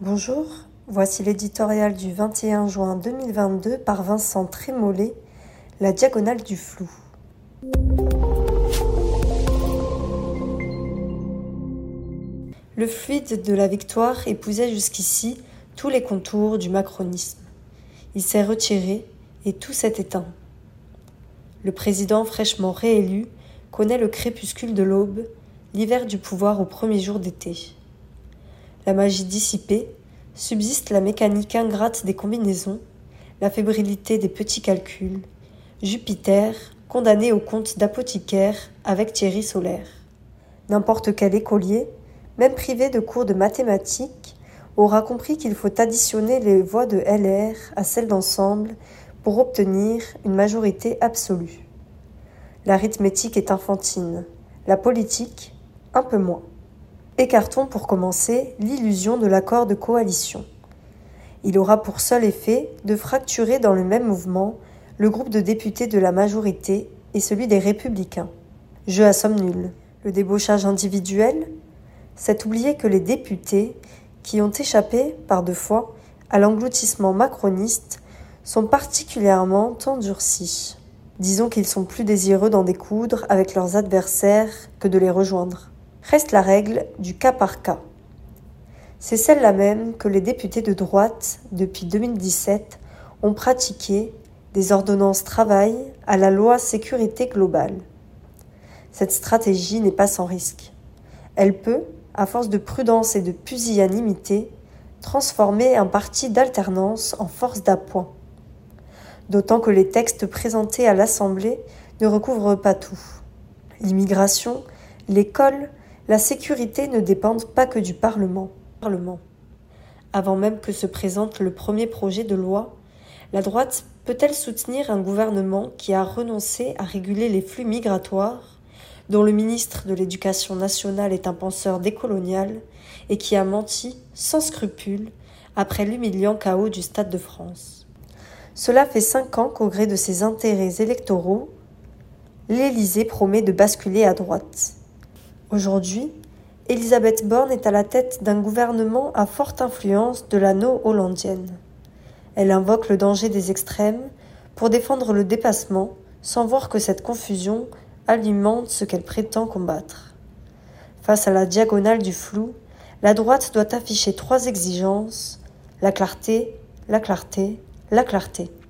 Bonjour, voici l'éditorial du 21 juin 2022 par Vincent Trémollet, La diagonale du flou. Le fluide de la victoire épousait jusqu'ici tous les contours du macronisme. Il s'est retiré et tout s'est éteint. Le président fraîchement réélu connaît le crépuscule de l'aube, l'hiver du pouvoir au premier jour d'été. La magie dissipée, subsiste la mécanique ingrate des combinaisons, la fébrilité des petits calculs, Jupiter, condamné au compte d'apothicaire avec Thierry Solaire. N'importe quel écolier, même privé de cours de mathématiques, aura compris qu'il faut additionner les voix de LR à celles d'ensemble pour obtenir une majorité absolue. L'arithmétique est infantine, la politique, un peu moins. Écartons pour commencer l'illusion de l'accord de coalition. Il aura pour seul effet de fracturer dans le même mouvement le groupe de députés de la majorité et celui des Républicains. Jeu à somme nulle. Le débauchage individuel, c'est oublier que les députés, qui ont échappé, par deux fois, à l'engloutissement macroniste, sont particulièrement endurcis. Disons qu'ils sont plus désireux d'en découdre avec leurs adversaires que de les rejoindre. Reste la règle du cas par cas. C'est celle-là même que les députés de droite, depuis 2017, ont pratiquée des ordonnances travail à la loi sécurité globale. Cette stratégie n'est pas sans risque. Elle peut, à force de prudence et de pusillanimité, transformer un parti d'alternance en force d'appoint. D'autant que les textes présentés à l'Assemblée ne recouvrent pas tout. L'immigration, l'école, la sécurité ne dépendent pas que du Parlement. Avant même que se présente le premier projet de loi, la droite peut-elle soutenir un gouvernement qui a renoncé à réguler les flux migratoires, dont le ministre de l'Éducation nationale est un penseur décolonial et qui a menti sans scrupule après l'humiliant chaos du Stade de France? Cela fait 5 ans qu'au gré de ses intérêts électoraux, l'Élysée promet de basculer à droite. Aujourd'hui, Elisabeth Borne est à la tête d'un gouvernement à forte influence de la no-hollandienne. Elle invoque le danger des extrêmes pour défendre le dépassement sans voir que cette confusion alimente ce qu'elle prétend combattre. Face à la diagonale du flou, la droite doit afficher 3 exigences: la clarté, la clarté, la clarté.